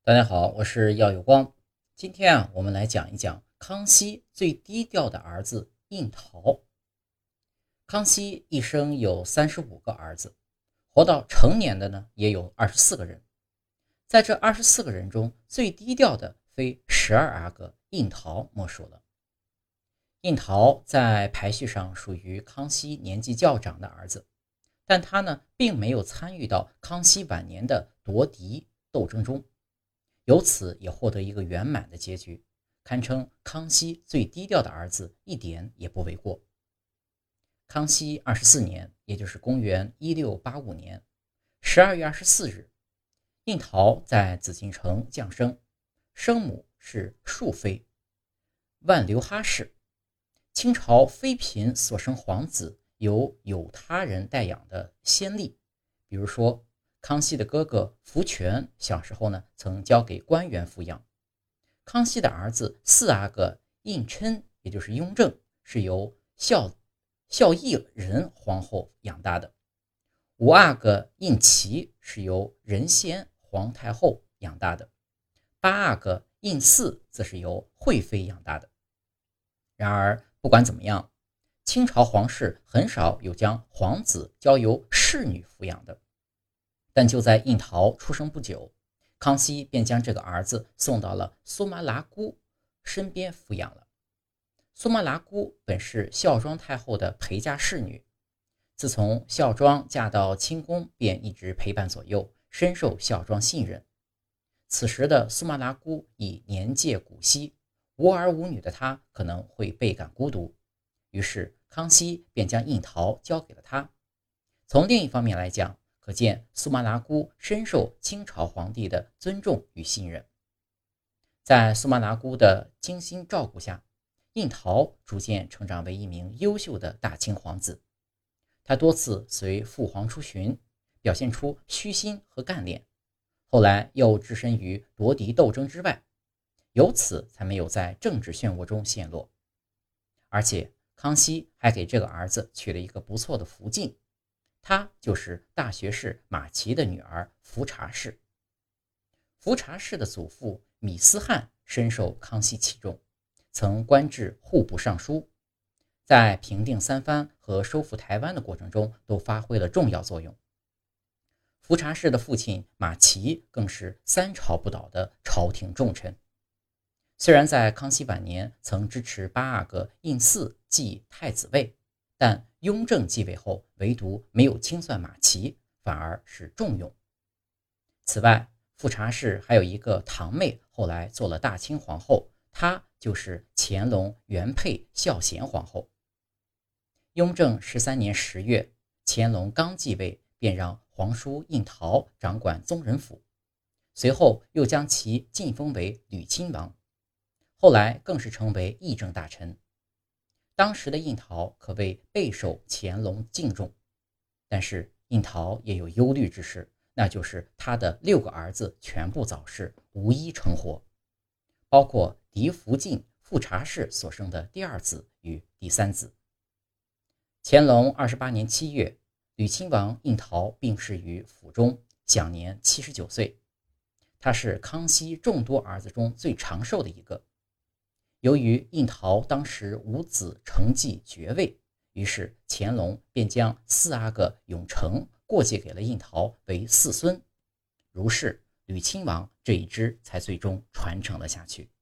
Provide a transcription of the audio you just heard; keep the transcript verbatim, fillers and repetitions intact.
大家好，我是耀有光。今天啊，我们来讲一讲康熙最低调的儿子胤燾。康熙一生有三十五个儿子，活到成年的呢也有二十四个人。在这二十四个人中，最低调的非十二阿哥胤燾莫属了。胤燾在排序上属于康熙年纪较长的儿子，但他呢并没有参与到康熙晚年的夺嫡斗争中。由此也获得一个圆满的结局，堪称康熙最低调的儿子，一点也不为过。康熙二十四年，也就是公元一六八五年十二月二十四日，胤燾在紫禁城降生，生母是庶妃，万留哈氏。清朝妃嫔所生皇子有有他人代养的先例，比如说康熙的哥哥福全小时候呢，曾交给官员抚养。康熙的儿子四阿哥胤琛，也就是雍正，是由孝孝义仁皇后养大的。五阿哥胤祺是由仁仙皇太后养大的。八阿哥胤祀则是由惠妃养大的。然而不管怎么样，清朝皇室很少有将皇子交由侍女抚养的。但就在胤燾出生不久，康熙便将这个儿子送到了苏麻剌姑身边抚养了。苏麻剌姑本是孝庄太后的陪嫁侍女，自从孝庄嫁到清宫，便一直陪伴左右，深受孝庄信任。此时的苏麻剌姑已年届古稀，无儿无女的她可能会倍感孤独，于是康熙便将胤燾交给了她。从另一方面来讲，可见苏麻剌姑深受清朝皇帝的尊重与信任。在苏麻剌姑的精心照顾下，胤燾逐渐成长为一名优秀的大清皇子。他多次随父皇出巡，表现出虚心和干练，后来又置身于夺嫡斗争之外，由此才没有在政治漩涡中陷落。而且康熙还给这个儿子取了一个不错的福晋，她就是大学士马齐的女儿福察氏。福察氏的祖父米思翰深受康熙器重，曾官至户部尚书，在平定三藩和收复台湾的过程中都发挥了重要作用。福察氏的父亲马齐更是三朝不倒的朝廷重臣。虽然在康熙晚年曾支持八阿哥胤祀继太子位，但雍正继位后唯独没有清算马齐，反而是重用。此外，富察氏还有一个堂妹，后来做了大清皇后，她就是乾隆原配孝贤皇后。雍正十三年十月，乾隆刚继位，便让皇叔胤燾掌管宗人府，随后又将其晋封为吕亲王，后来更是成为议政大臣。当时的胤燾可谓备受乾隆敬重，但是胤燾也有忧虑之事，那就是他的六个儿子全部早逝，无一成活，包括嫡福晋富察氏所生的第二子与第三子。乾隆二十八年七月，吕亲王胤燾病逝于府中，享年七十九岁。他是康熙众多儿子中最长寿的一个。由于胤燾当时无子承继爵位，于是乾隆便将四阿哥永成过继给了胤燾为四孙，如是吕亲王这一支才最终传承了下去。